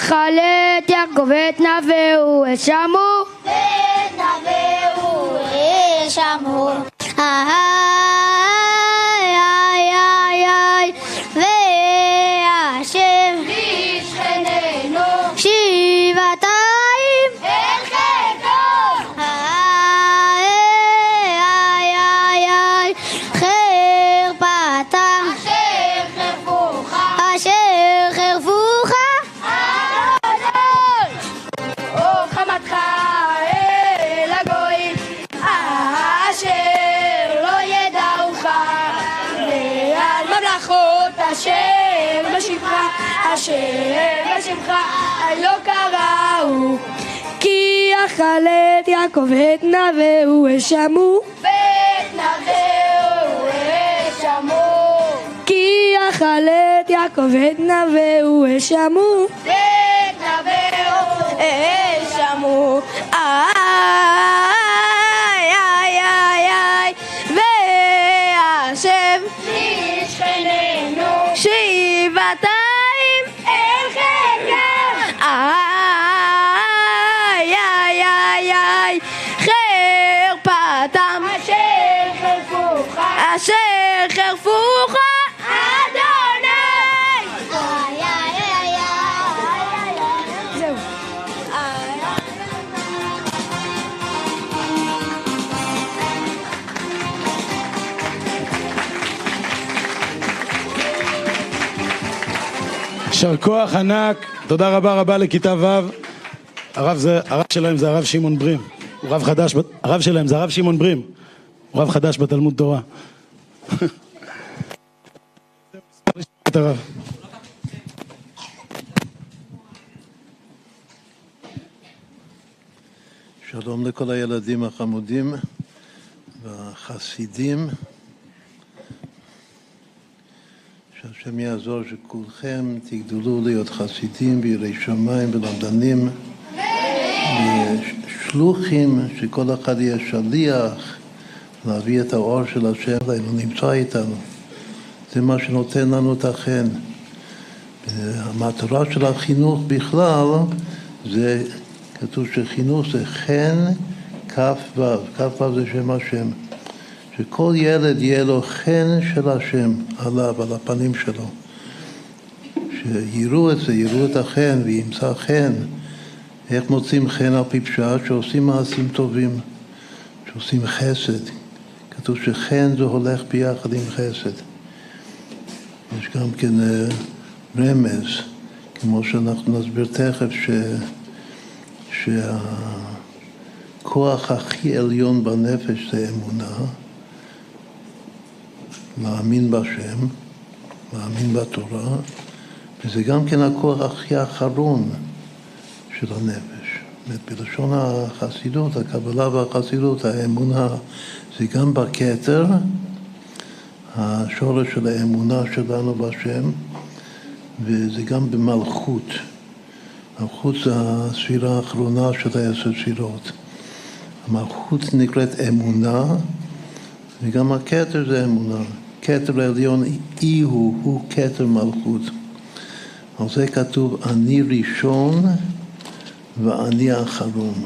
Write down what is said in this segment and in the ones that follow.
יחל את יעקב את נווהו שמעו ואת נווהו שמעו והשם לשכננו שבעתיים אל חטאו חרפתם אשר חרפוך אדוני או חמתך אל הגויים אשר לא ידעוך ועל ממלכות אשר בשמך לא קראו כי יחל את יעקב את נווהו שמעו ואת נווהו שמעו כי יחל את יעקב את נווהו שמעו ואת נווהו שמעו והשם לשכננו שבעתיים אל חטאו חרפתם אשר חרפוך אדוני זהו יישר כוח ענק, תודה רבה רבה לכיתה ו'. הרב שלהם זה הרב שמעון ברים, הוא רב חדש, הרב שלהם זה הרב שמעון ברים, הוא רב חדש בתלמוד תורה. את הרב. שלום לכל הילדים החמודים והחסידים, שהשם יעזור שכולכם תגדלו להיות חסידים ויראי שמיים ולמדנים ושלוחים, שכל אחד יהיה שליח להביא את האור של השם, הוא נמצא איתנו. זה מה שנותן לנו את החן. המטרה של החינוך בכלל, זה כתוב שחינוך זה חן כף ו', כף ו' זה שם השם. שכל ילד יהיה לו חן של השם עליו, על הפנים שלו. שיראו את זה, יראו את החן וימצא חן. איך מוצאים חן על פי פשט? שעושים מעשים טובים, שעושים חסד. כתוב שחן זה הולך ביחד עם חסד. יש גם כן רמז, כמו שאנחנו נסביר תכף, שהכוח הכי עליון בנפש זה אמונה, מאמין בשם, מאמין בתורה, וזה גם כן הכוח הכי האחרון של הנפש. בלשון החסידות, הקבלה והחסידות, האמונה, זה גם בכתר, השורש של האמונה שלנו בשם, וזה גם במלכות. מלכות זה הספירה האחרונה של 10 ספירות. המלכות נקראת אמונה, וגם הכתר זה אמונה. כתר העליון אי הוא כתר מלכות. על זה כתוב אני ראשון ואני האחרון.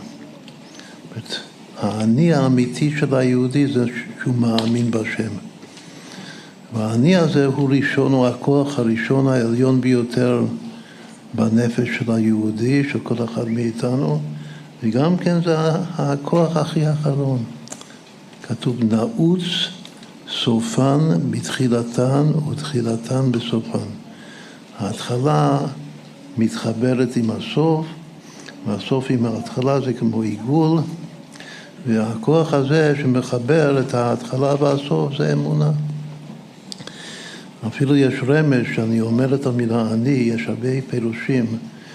האני האמיתי של היהודי זה שהוא מאמין בשם. והאני הזה הוא ראשון, הוא הכוח הראשון העליון ביותר בנפש של היהודי, של כל אחד מאיתנו, וגם כן זה הכוח הכי האחרון. כתוב נעוץ סופן בתחילתן ותחילתן בסופן. ההתחלה מתחברת עם הסוף, והסוף עם ההתחלה זה כמו עיגול, והכוח הזה שמחבר את ההתחלה והסוף זה אמונה. אפילו יש רמז שאני אומר את המילה אני, יש הרבה פירושים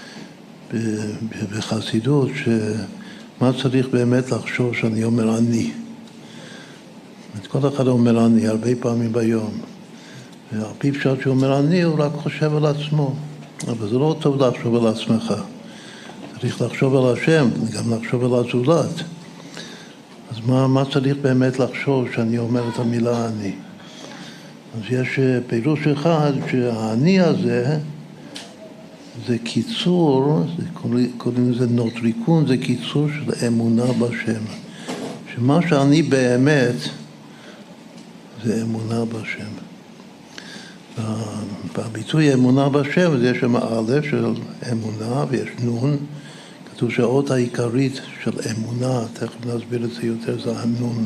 בחסידות שמה צריך באמת לחשוב שאני אומר אני. כל אחד אומר אני הרבה פעמים ביום. ועל פי פשט שאומר אני הוא רק חושב על עצמו. אבל זה לא טוב לחשוב על עצמך. צריך לחשוב על השם, גם לחשוב על הזולת. אז מה צריך באמת לחשוב שאני אומר את המילה אני? אז יש פירוש אחד שהאני הזה זה קיצור, קוראים לזה נוטריקון, זה קיצור של אמונה בשם. שמה שאני באמת זה אמונה בשם. בביטוי אמונה בשם, יש שם א' של אמונה ויש נון. כתוב שהאות העיקרית של אמונה, תכף נסביר את זה יותר, זה הנון.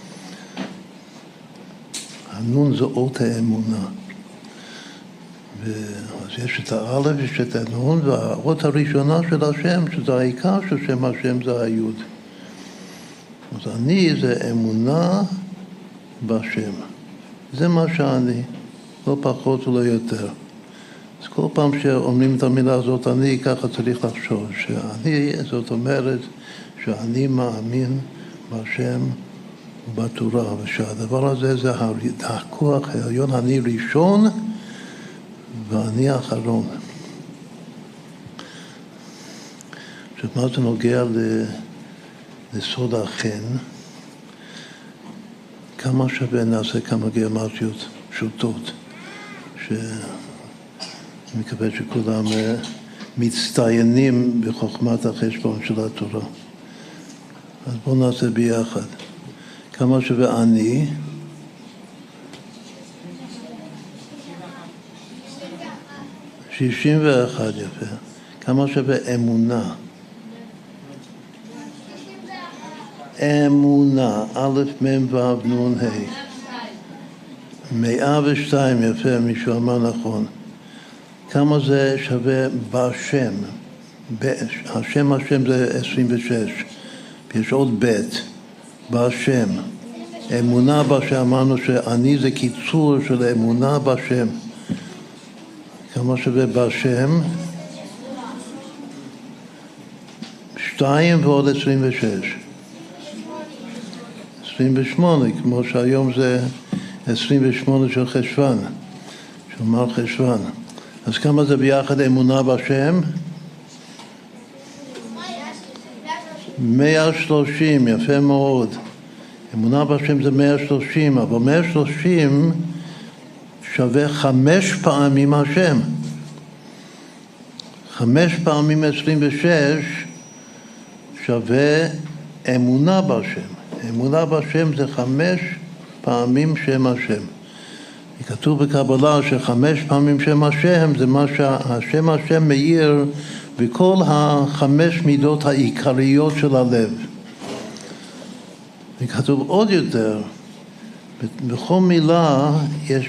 הנון זה אות האמונה. אז יש את האלף, יש את הנון, והאות הראשונה של השם, שזה העיקר של שם השם, זה היוד. אז אני זה אמונה בשם. זה מה שאני, לא פחות ולא יותר. אז כל פעם שאומרים את המילה הזאת, אני ככה צריך לחשוב, שאני, זאת אומרת, שאני מאמין בשם ובתורה, ושהדבר הזה זה הכוח העליון, אני ראשון ואני האחרון. עכשיו, מה זה נוגע לסוד החן? כמה שווה נעשה כמה גיאומטריות פשוטות, שאני מקווה שכולם מצטיינים בחוכמת החשבון של התורה. אז בואו נעשה ביחד. כמה שווה אני? 61, יפה. כמה שווה אמונה? אמונה, א' מ' ו' נ' ה'. 102, יפה, מישהו אמר נכון. כמה זה שווה בשם? השם זה 26. יש עוד ב' בשם. אמונה בשם, אמרנו שאני זה קיצור של אמונה בשם. כמה שווה בשם? 2 ועוד 26. 28, כמו שהיום זה 28 של חשוון, של מר חשוון. אז כמה זה ביחד אמונה בשם? 130, יפה מאוד. אמונה בשם זה 130, אבל 130 שווה 5 פעמים השם. 5 פעמים 26 שווה אמונה בשם. אמונה בשם זה 5 פעמים שם השם. כתוב בקבלה ש5 פעמים שם השם זה מה שהשם השם מאיר בכל 5 מידות העיקריות של הלב. וכתוב עוד יותר, בכל מילה יש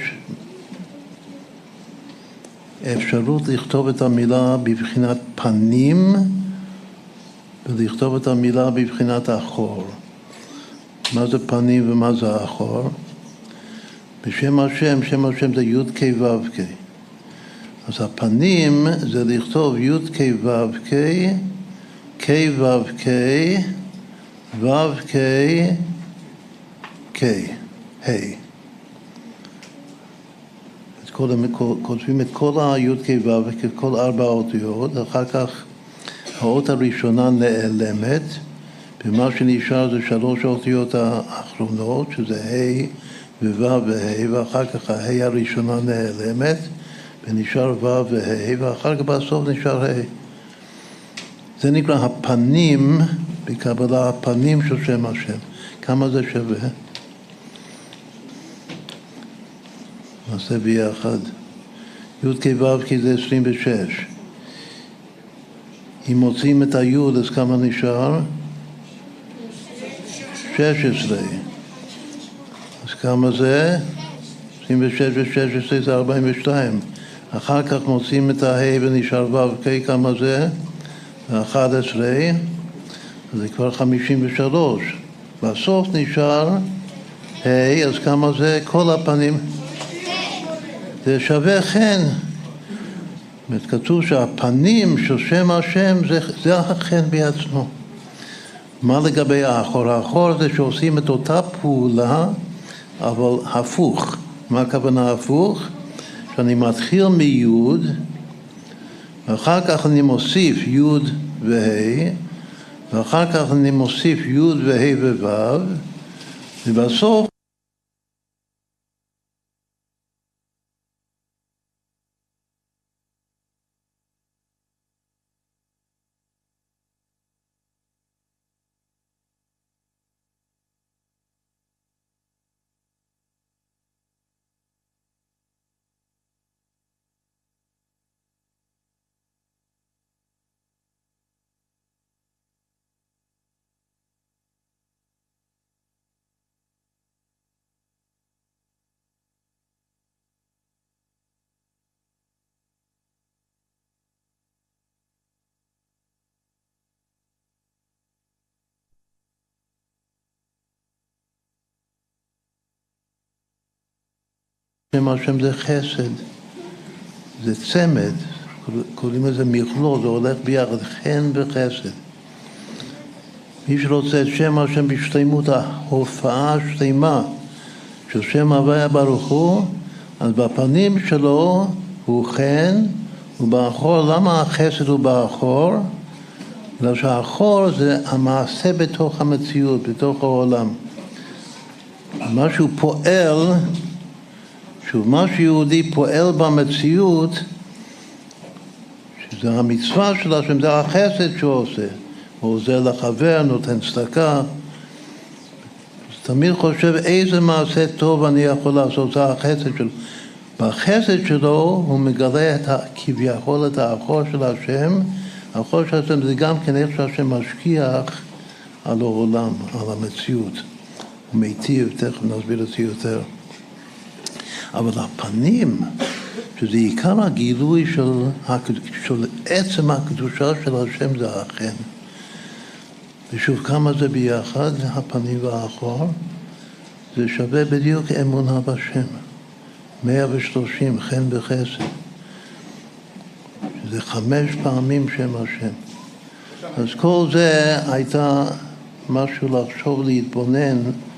אפשרות לכתוב את המילה בבחינת פנים ולכתוב את המילה בבחינת אחור. מה זה פנים ומה זה אחור? בשם השם, שם השם זה י' כ' ו' כ'. אז הפנים זה לכתוב י' כ' ו' כ', כ' ו' כ', ו' כ', כ', ה'. כותבים את כל הי' כ' ו' כ', כל 4 אותיות, אחר כך האות הראשונה נעלמת, ומה שנשאר זה 3 אותיות האחרונות, שזה ה' וו' וה', ואחר כך הה' הראשונה נעלמת, ונשאר ו' וה', ואחר כך בסוף נשאר ה'. זה נקרא הפנים, בקבלה הפנים של שם השם. כמה זה שווה? נעשה ביחד. י' כ' ו' כ' זה 26. אם מוצאים את הי' אז כמה נשאר? 16. אז כמה זה? 26 ו-16 זה 42. אחר כך מוצאים את הה' ונשאר ו' כ', כמה זה? 11. אז זה כבר 53. בסוף נשאר ה', אז כמה זה? כל הפנים. זה שווה חן. כתוב שהפנים של שם השם זה החן בעצמו. מה לגבי האחור? האחור זה שעושים את אותה פעולה, אבל הפוך. מה הכוונה הפוך? שאני מתחיל מיוד, ואחר כך אני מוסיף יוד וה', ואחר כך אני מוסיף יוד וה' וו', ובסוף שם השם זה חסד, זה צמד, קוראים לזה מכלול, זה הולך ביחד, חן וחסד. מי שרוצה את שם השם בשלמות, ההופעה השלמה של שם הוויה ברוך הוא, אז בפנים שלו הוא חן, ובאחור, למה החסד הוא באחור? בגלל שהאחור זה המעשה בתוך המציאות, בתוך העולם. מה שהוא פועל, מה שיהודי פועל במציאות, שזה המצווה של השם, זה החסד שהוא עושה. הוא עוזר לחבר, נותן צדקה. תמיד חושב איזה מעשה טוב אני יכול לעשות, זה החסד שלו. בחסד שלו הוא מגלה כביכול את האחור של השם. האחור של השם זה גם כן איך שהשם משגיח על העולם, על המציאות. הוא מיטיב, תכף נסביר את זה יותר. אבל הפנים, שזה עיקר הגילוי של עצם הקדושה של השם, זה החן. ושוב, כמה זה ביחד, הפנים והאחור? זה שווה בדיוק אמונה בשם. 130, חן וחסד. זה 5 פעמים שם השם. אז כל זה הייתה משהו לחשוב, להתבונן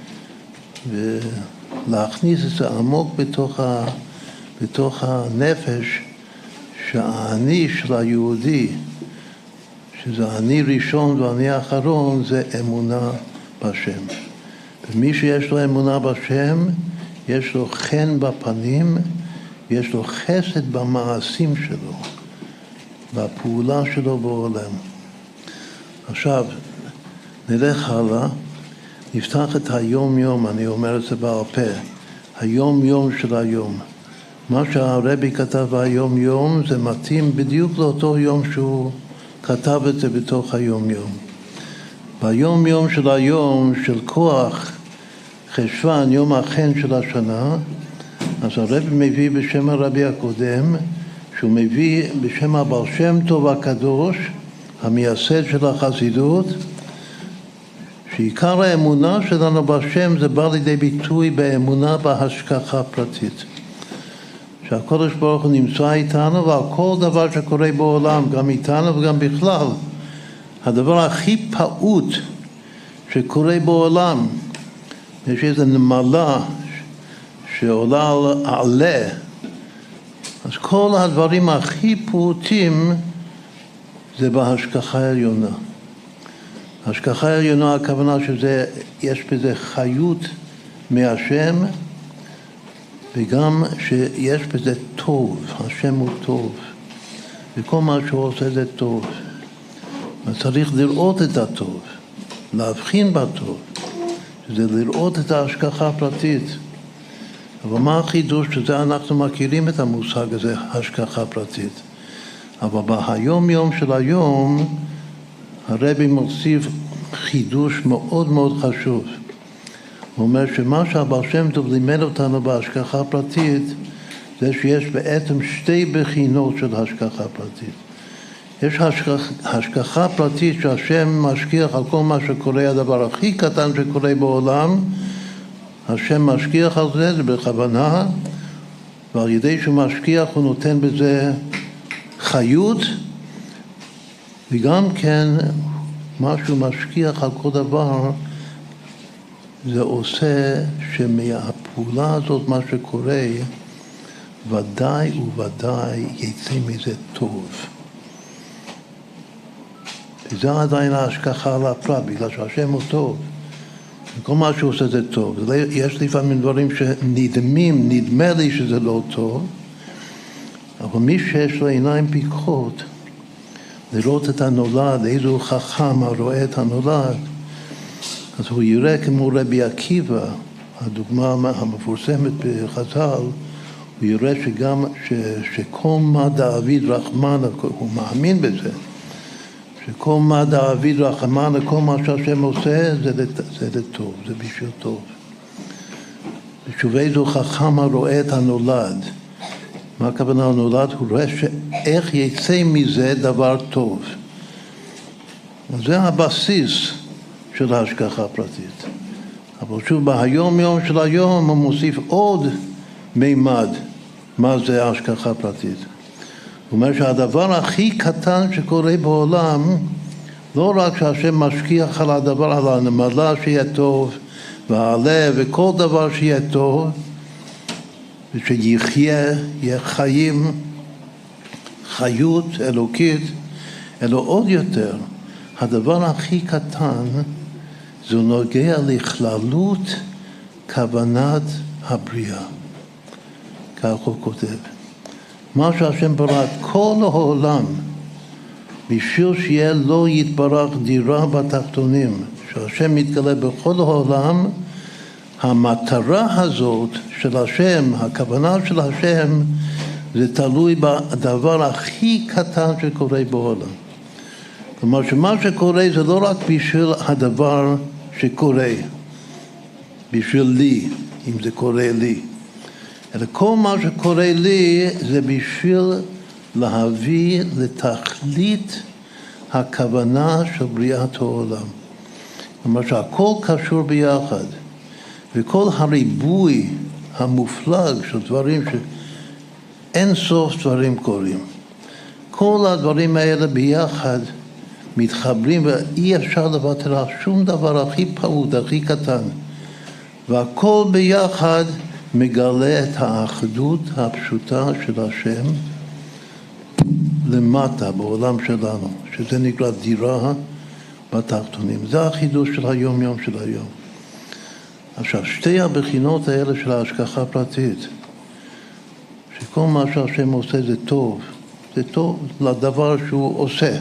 ולהכניס את זה עמוק בתוך הנפש, שהאני של היהודי, שזה אני ראשון ואני אחרון, זה אמונה בשם. ומי שיש לו אמונה בשם, יש לו חן בפנים, יש לו חסד במעשים שלו, בפעולה שלו בעולם. עכשיו, נלך הלאה, נפתח את היום-יום, אני אומר את זה בעל פה, היום-יום של היום. מה שהרבי כתב היום-יום זה מתאים בדיוק לאותו יום שהוא כתב את זה בתוך היום-יום. ביום-יום של היום, של כוח חשוון, יום החן של השנה, אז הרבי מביא בשם הרבי הקודם, שהוא מביא בשם הבעל שם טוב הקדוש, המייסד של החסידות, שעיקר האמונה שלנו בשם זה בא לידי ביטוי באמונה בהשגחה פרטית. שהקדוש ברוך הוא נמצא איתנו, ועל כל דבר שקורה בעולם, גם איתנו וגם בכלל, הדבר הכי פעוט שקורה בעולם, יש איזו נמלה שעולה על עלה, אז כל הדברים הכי פעוטים זה בהשגחה העליונה. השגחה העליונה, הכוונה שיש בזה חיות מהשם, וגם שיש בזה טוב, השם הוא טוב, וכל מה שהוא עושה זה טוב. צריך לראות את הטוב, להבחין בטוב, זה לראות את ההשגחה הפרטית. אבל מה החידוש? שזה אנחנו מכירים את המושג הזה, השגחה פרטית. אבל בהיום יום של היום, הרבי מוסיף חידוש מאוד מאוד חשוב. הוא אומר שמה שהבעל שם טוב לימד אותנו בהשגחה פרטית, זה שיש בעצם 2 בחינות של השגחה פרטית. יש השגחה פרטית שהשם משגיח על כל מה שקורה, הדבר הכי קטן שקורה בעולם, השם משגיח על זה, זה בכוונה, ועל ידי שהוא משגיח הוא נותן בזה חיות, וגם כן מה שהוא משגיח על כל דבר, זה עושה שמהפעולה הזאת, מה שקורה, ודאי וודאי יצא מזה טוב. וזה עדיין ההשגחה על הפרט, בגלל שהשם הוא טוב. כל מה שהוא עושה זה טוב. יש לפעמים דברים שנדמים, נדמה לי שזה לא טוב, אבל מי שיש לו עיניים פיקחות, לראות את הנולד, איזו חכם הרואה את הנולד, אז הוא יראה כמו רבי עקיבא, הדוגמה המפורסמת בחז"ל, הוא יראה שגם שכל מה דאביד רחמן, הוא מאמין בזה, שכל מה דאביד רחמן, כל מה שהשם עושה, זה לטוב, זה בשביל טוב. ושוב איזו חכם הרואה את הנולד. מה הכוונה הנולד? הוא רואה שאיך יצא מזה דבר טוב. אז זה הבסיס של ההשגחה הפרטית. אבל שוב, בהיום יום של היום הוא מוסיף עוד מימד, מה זה השגחה פרטית. הוא אומר שהדבר הכי קטן שקורה בעולם, לא רק שהשם משגיח על הדבר, על הנמלה שיהיה טוב, והלב וכל דבר שיהיה טוב, ושיחיה, יהיה חיים, חיות אלוקית, אלא עוד יותר, הדבר הכי קטן, זה נוגע לכללות כוונת הבריאה. כך הוא כותב. מה שהשם ברא את כל העולם, בשביל שיהיה לא יתברך דירה בתחתונים, שהשם מתגלה בכל העולם, המטרה הזאת של השם, הכוונה של השם, זה תלוי בדבר הכי קטן שקורה בעולם. כלומר שמה שקורה זה לא רק בשביל הדבר שקורה, בשביל לי, אם זה קורה לי, אלא כל מה שקורה לי זה בשביל להביא לתכלית הכוונה של בריאת העולם. כלומר שהכל קשור ביחד, וכל הריבוי המופלג של דברים שאין סוף דברים קורים. כל הדברים האלה ביחד מתחברים ואי אפשר לוותר על שום דבר הכי פעוט, הכי קטן. והכל ביחד מגלה את האחדות הפשוטה של השם למטה בעולם שלנו, שזה נקרא דירה בתחתונים. זה החידוש של היום יום של היום. עכשיו, שתי הבחינות האלה של ההשגחה פרטית, שכל מה שהשם עושה זה טוב לדבר שהוא עושה.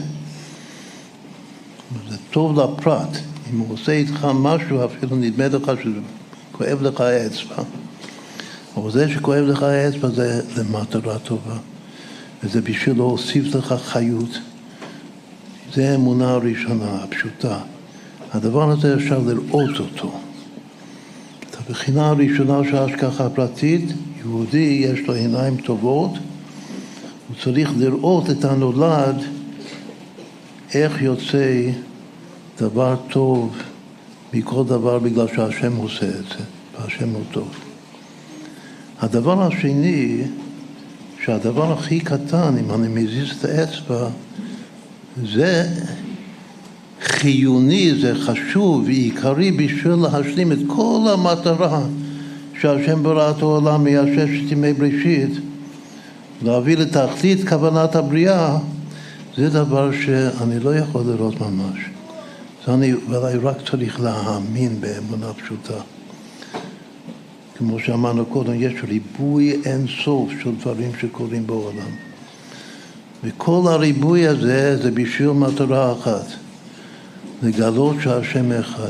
זה טוב לפרט. אם הוא עושה איתך משהו, אפילו נדמה לך שכואב לך האצבע. אבל זה שכואב לך האצבע זה למטרה טובה. וזה בשביל להוסיף לך חיות. זה האמונה הראשונה, הפשוטה. הדבר הזה אפשר לראות אותו. את הבחינה הראשונה של ההשגחה הפרטית, יהודי יש לו עיניים טובות, הוא צריך לראות את הנולד, איך יוצא דבר טוב מכל דבר בגלל שהשם עושה את זה, והשם הוא טוב. הדבר השני, שהדבר הכי קטן, אם אני מזיז את האצבע, זה חיוני, זה חשוב ועיקרי בשביל להשלים את כל המטרה שהשם ברא את העולם מ6 ימי בראשית, להביא לתכלית כוונת הבריאה, זה דבר שאני לא יכול לראות ממש. אני רק צריך להאמין באמונה פשוטה. כמו שאמרנו קודם, יש ריבוי אין סוף של דברים שקורים בעולם. וכל הריבוי הזה זה בשביל מטרה אחת, לגלות שהשם אחד.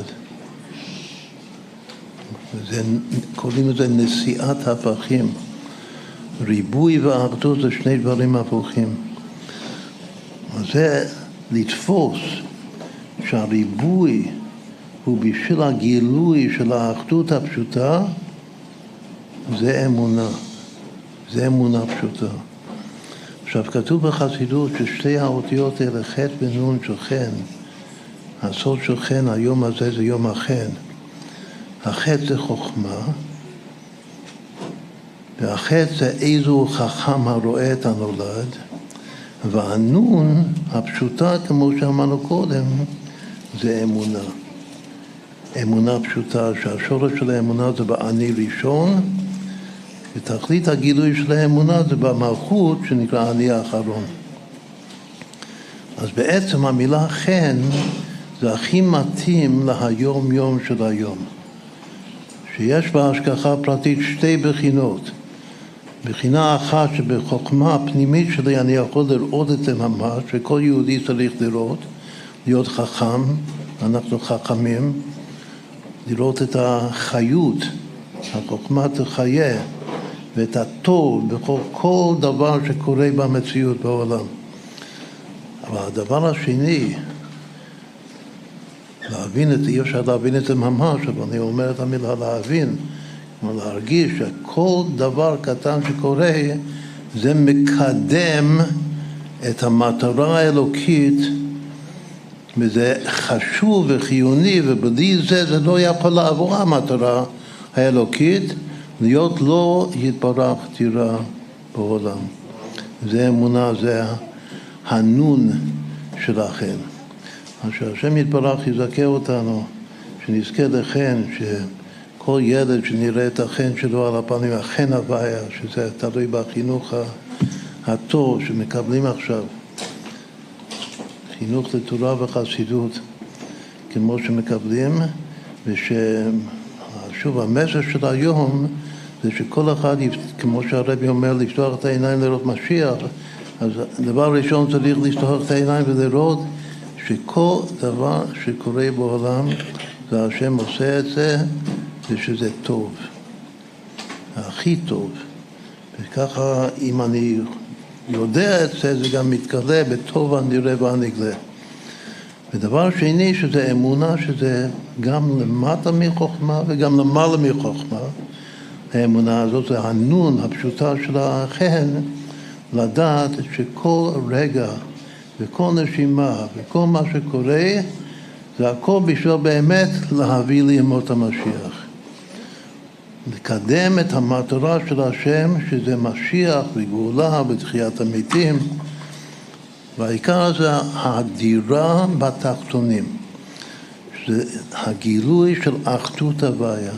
קוראים לזה נשיאת הפכים. ריבוי ואחדות זה שני דברים הפוכים. זה לתפוס שהריבוי הוא בשביל הגילוי של האחדות הפשוטה, זה אמונה. זה אמונה פשוטה. עכשיו, כתוב בחסידות ששתי האותיות האלה, ח' ונון של חן, הסוד של חן, היום הזה זה יום החן. הח' זה חוכמה, והח' זה איזו חכם הרואה את הנולד, והנון הפשוטה, כמו שאמרנו קודם, זה אמונה. אמונה פשוטה, שהשורש של האמונה זה באני ראשון, ותכלית הגילוי של האמונה זה במלכות שנקרא אני האחרון. אז בעצם המילה חן זה הכי מתאים להיום יום של היום. שיש בהשגחה הפרטית שתי בחינות. בחינה אחת שבחוכמה הפנימית שלי אני יכול לראות את זה ממש, וכל יהודי צריך לראות, להיות חכם, אנחנו חכמים, לראות את החיות, החוכמה תחיה, ואת הטוב בכל כל דבר שקורה במציאות בעולם. אבל הדבר השני, להבין את זה, אי אפשר להבין את זה ממש, אבל אני אומר את המילה להבין, להרגיש שכל דבר קטן שקורה, זה מקדם את המטרה האלוקית, וזה חשוב וחיוני, ובלי זה לא יכול לעבור המטרה האלוקית, להיות לא יתברך דירה בעולם. זה אמונה, זה הנון שלכם. אז שהשם יתברך יזכה אותנו, שנזכה לכן, שכל ילד שנראה את החן שלו על הפנים, החן הוויה, שזה תלוי בחינוך הטוב שמקבלים עכשיו, חינוך לתורה וחסידות, כמו שמקבלים, ושוב, המסר של היום זה שכל אחד, כמו שהרבי אומר, לפתוח את העיניים לראות משיח, אז דבר ראשון צריך לפתוח את העיניים ולראות שכל דבר שקורה בעולם, זה השם עושה את זה, ושזה טוב, הכי טוב. וככה, אם אני יודע את זה, זה גם מתגלה בטוב הנראה והנגלה. ודבר שני, שזה אמונה, שזה גם למטה מחוכמה וגם למעלה מחוכמה. האמונה הזאת זה הנון הפשוטה של החן, לדעת שכל רגע וכל נשימה וכל מה שקורה, זה הכל בשביל באמת להביא לימות המשיח. לקדם את המטרה של השם, שזה משיח וגאולה ותחיית המתים, והעיקר זה הדירה בתחתונים, שזה הגילוי של אחדות הוויה.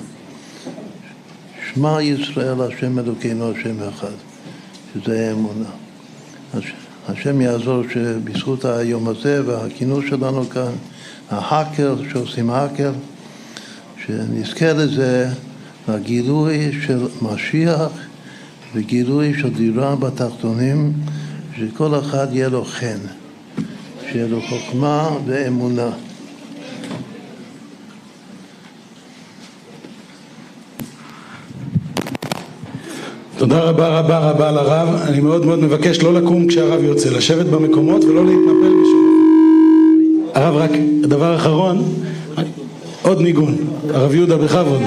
שמע ישראל השם אלוקינו השם אחד, שזה האמונה. השם יעזור שבזכות היום הזה והכינוס שלנו כאן, ההקל שעושים הקל, שנזכה לזה, הגילוי של משיח וגילוי של דירה בתחתונים, שכל אחד יהיה לו חן, שיהיה לו חוכמה ואמונה. תודה רבה רבה רבה לרב. אני מאוד מאוד מבקש לא לקום כשהרב יוצא, לשבת במקומות ולא להתנפל בשום. הרב, רק דבר אחרון, עוד ניגון, הרב יהודה בכבוד.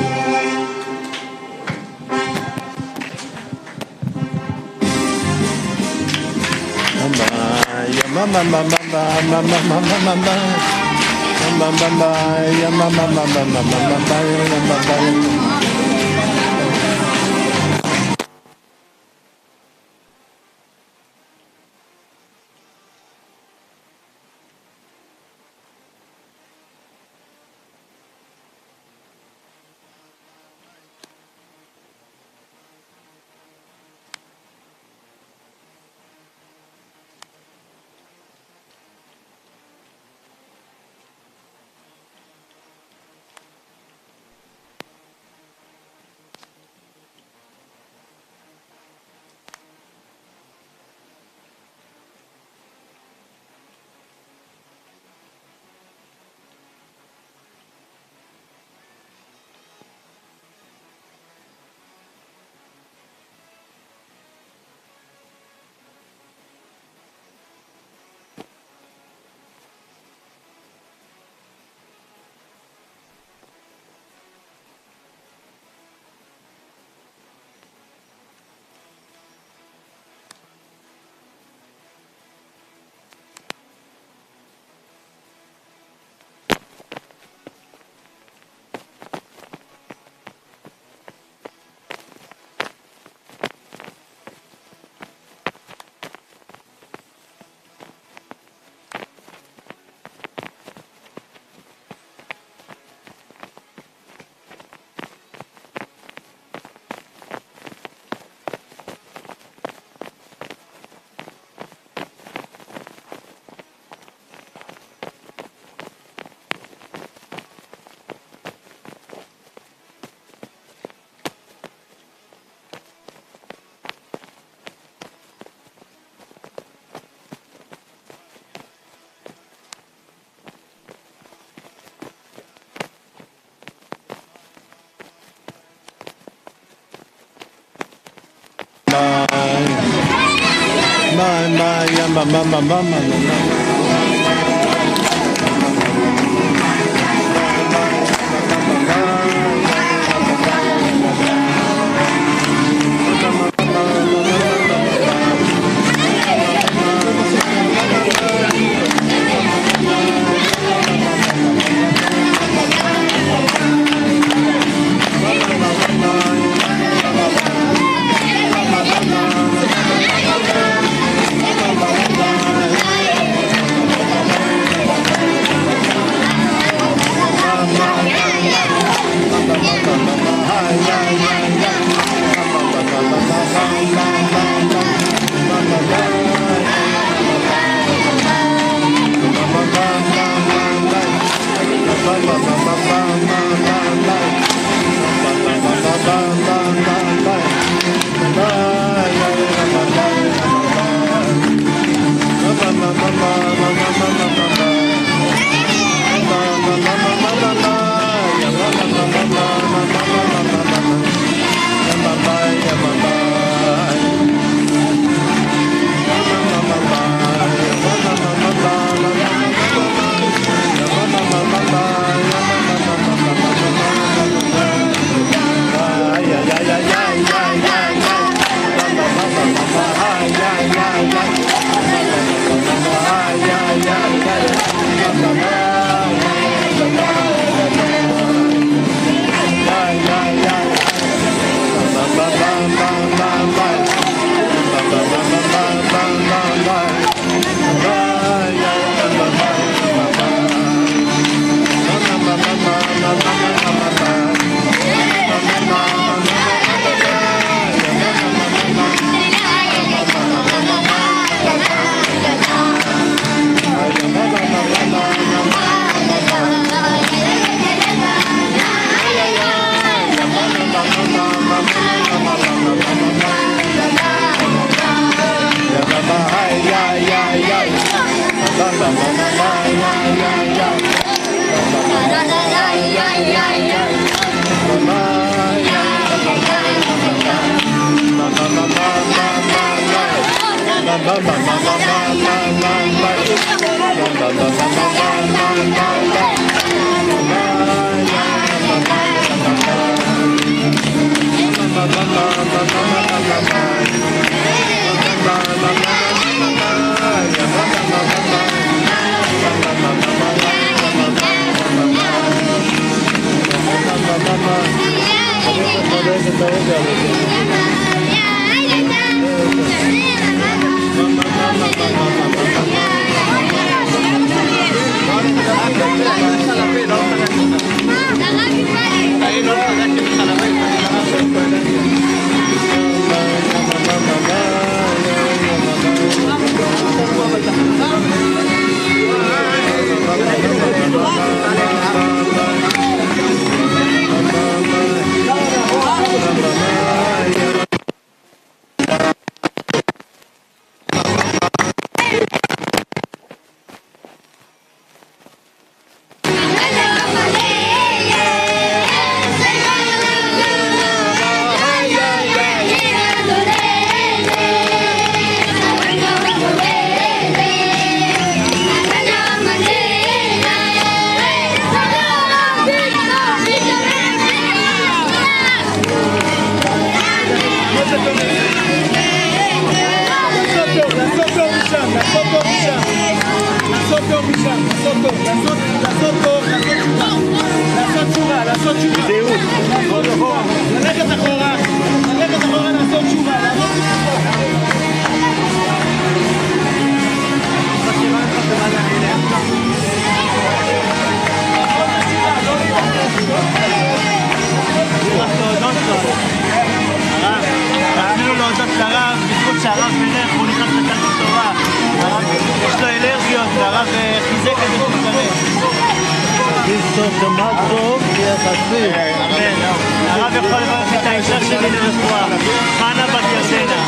הרב יכול לברך את האישה שלי לרפואה, חנה בת ירדנה.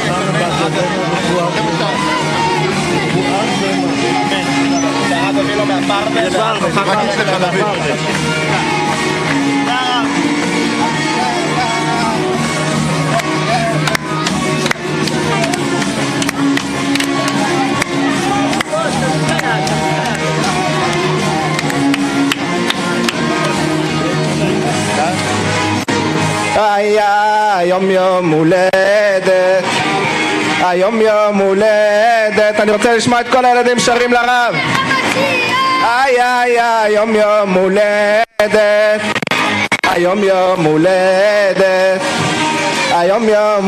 שהרב הביא לו מהפרדס. היום יום הולדת, היום יום הולדת, אני רוצה לשמוע את כל הילדים שרים לרב. היום יום הולדת, היום יום הולדת, היום יום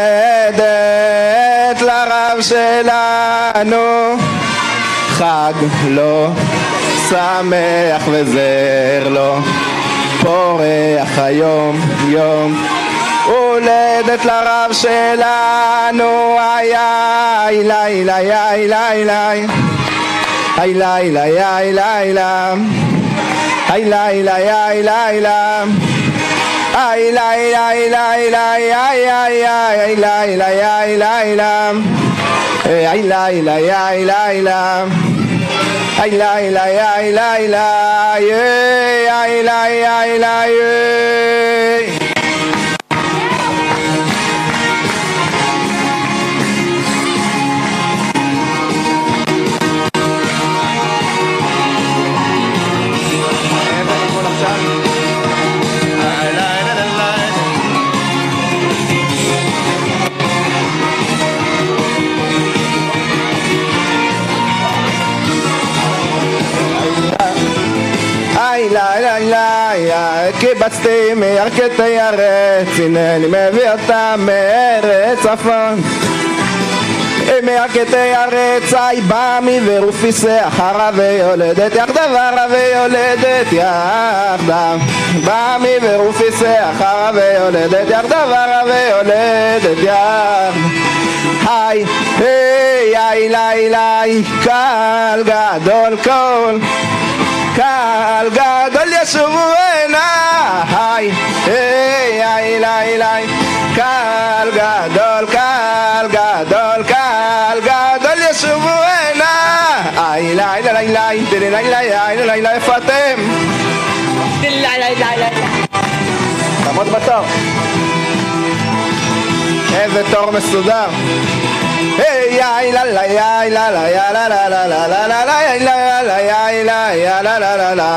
הולדת לרב שלנו, חג לו שמח וזר לו פורח היום יום הולדת לרב שלנו. איי ליי ליי ליי ליי ליי איי ליי ליי ליי ליי איי ליי ליי ליי ליי איי ליי ליי ליי ליי איי איי ליי ליי ליי ליי איי ליי ליי ליי ליי ay lai lai ay lai lai ay lai ay lai קיבצתי מירכתי ארץ, הנה אני מביא אותה מארץ צפון. מירכתי ארץ, אי במי ורופיסי אחרה ויולדת יחדיו, אחרה ויולדת יחדיו. במי ורופיסי אחרה ויולדת יחדיו, אחרה ויולדת יחדיו. היי, היי, היי, ליי, ליי, קהל גדול קול, קהל גדול ישובו עיניי, היי, היי, ליי, ליי, קהל גדול, קהל גדול, קהל גדול ישובו עיניי, היי, ליי, ליי, ליי, ליי, ליי, ליי, ליי, ליי, איפה אתם? ליי, ליי, ליי, ליי, תעמוד בתור. איזה תור מסודר. היי איי לה לה איי לה לה לה לה לה לה לה לה לה לה איי לה לה איי לה לה לה לה לה לה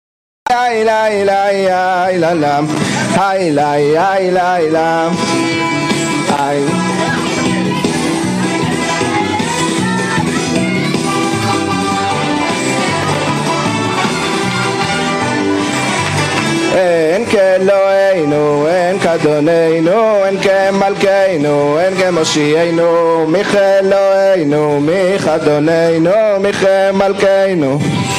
ay lay lay ay la lam ay lay lam ay en כאלוהינו, en כאדוננו, en כמלכנו, en כמושיענו, מי כאלוהינו, מי כאדוננו, מי כמלכנו.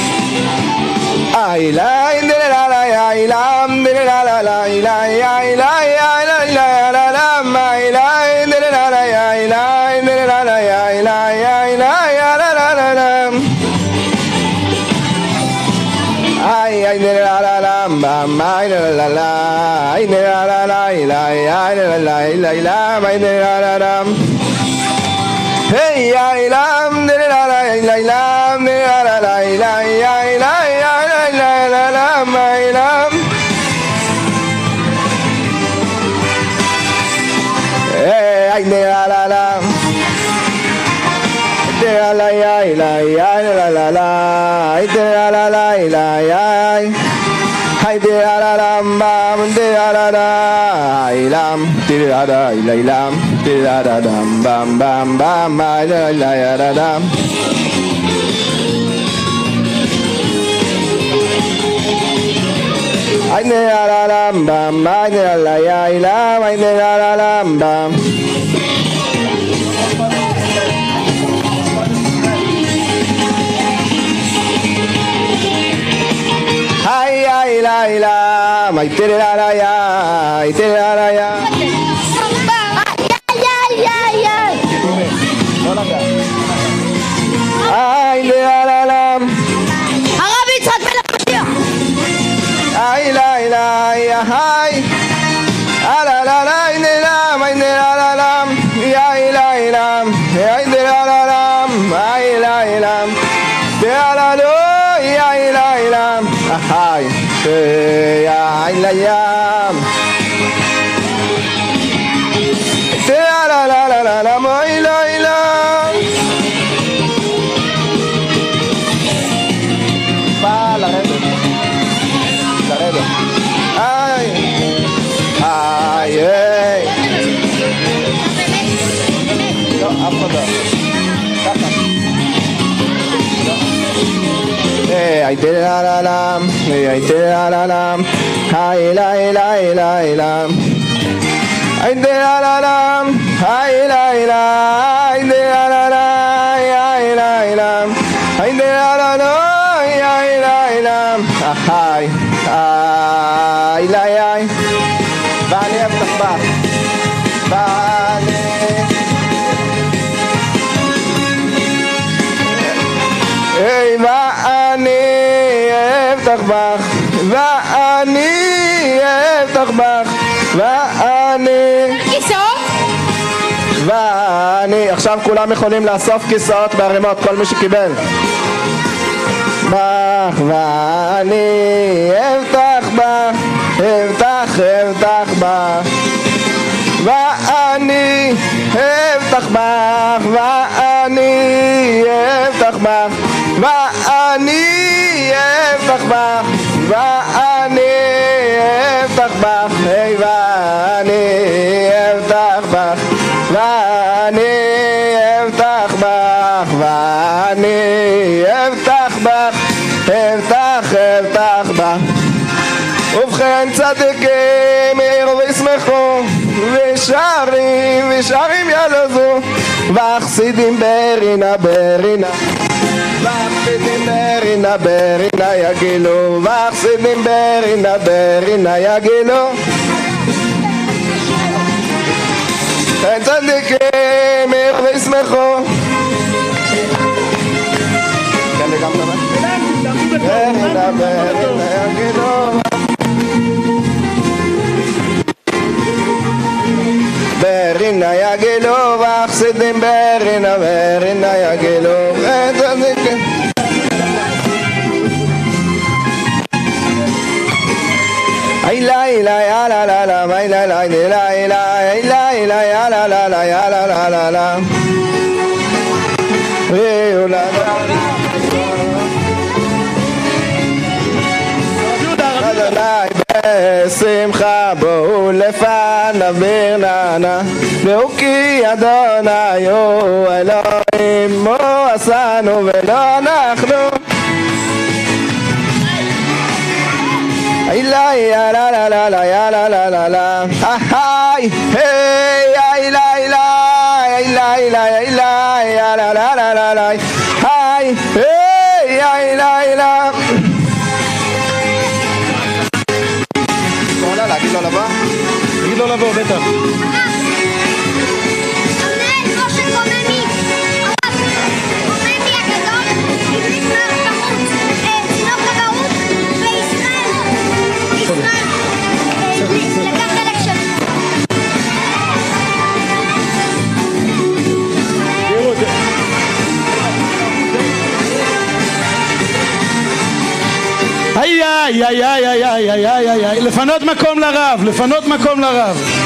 ay la la la la ay la la la la ay la ay la ay la la la la ay la la la la ay la la la ay la ay la la la la ay ay la la la bam ay la la la ay la la la ay la ay la la la la ay la la la hey ay la la la la ay la la la la ay la ay la la la my love hey ay la la la de la la ay la la la la ay de la la la la ay ay de la la la bam de la la la ay lam de la la la lam de la la la bam bam bam ay la la la ay ne la la bam ay ne la ay la ay ne la la bam ay ay la la ay te la la ay te la la ay ay la la la הרב יצחק מלך משיח ay la la ay ala la la ay ne la ay ne la la ay la la ay de la la ay la la de la la ay la la ay ay la ya de la la la la ay la la pa la ay ay ay no apa dah kakak ay te la la la ay te la la la ay la la la la ay te la la la ay la la ay te la la la ay la la ay te la la la ay la la ay ay ay ay ואני אבטח בה אבטח בך, ואני אבטח בך, ואני... כיסאות? ואני... עכשיו כולם יכולים לאסוף כיסאות בערימות, כל מי שקיבל. בך, ואני אבטח בך, אבטח בך, ואני אבטח בך, ואני אבטח בך, ואני אבטח בך, ואני אבטח בך, ואני אבטח בך, ואני אבטח בך, ואני אבטח בך, אבטח בך. ובכן צדיקים יראו וישמחו, ושרים ילוזו, וחסידים ברינה, וחסידים ברינה יגילו, וחסידים ברינה יגילו. ובכן צדיקים יראו וישמחו, ברינה יגילו, ברינה יגילו, וחסידים ברינה יגילו. אילה אילה יאללה לה לה, אילה אילה אילה אילה אילה יאללה לה לה, יאללה לה לה לה, ויולה אדוני בשמחה בואו לפניו ברננה, והוא כי אדוני הוא אלוהים, הוא עשנו ולא אנחנו. אילה יאללה לה לה לה יאללה לה לה לה, היי היי אילה אילה אילה אילה אילה יאללה לה לה לה לה, היי היי אילה אילה. להגיד לו לבוא? תגיד לו לבוא, בטח. לפנות מקום לרב, לפנות מקום לרב.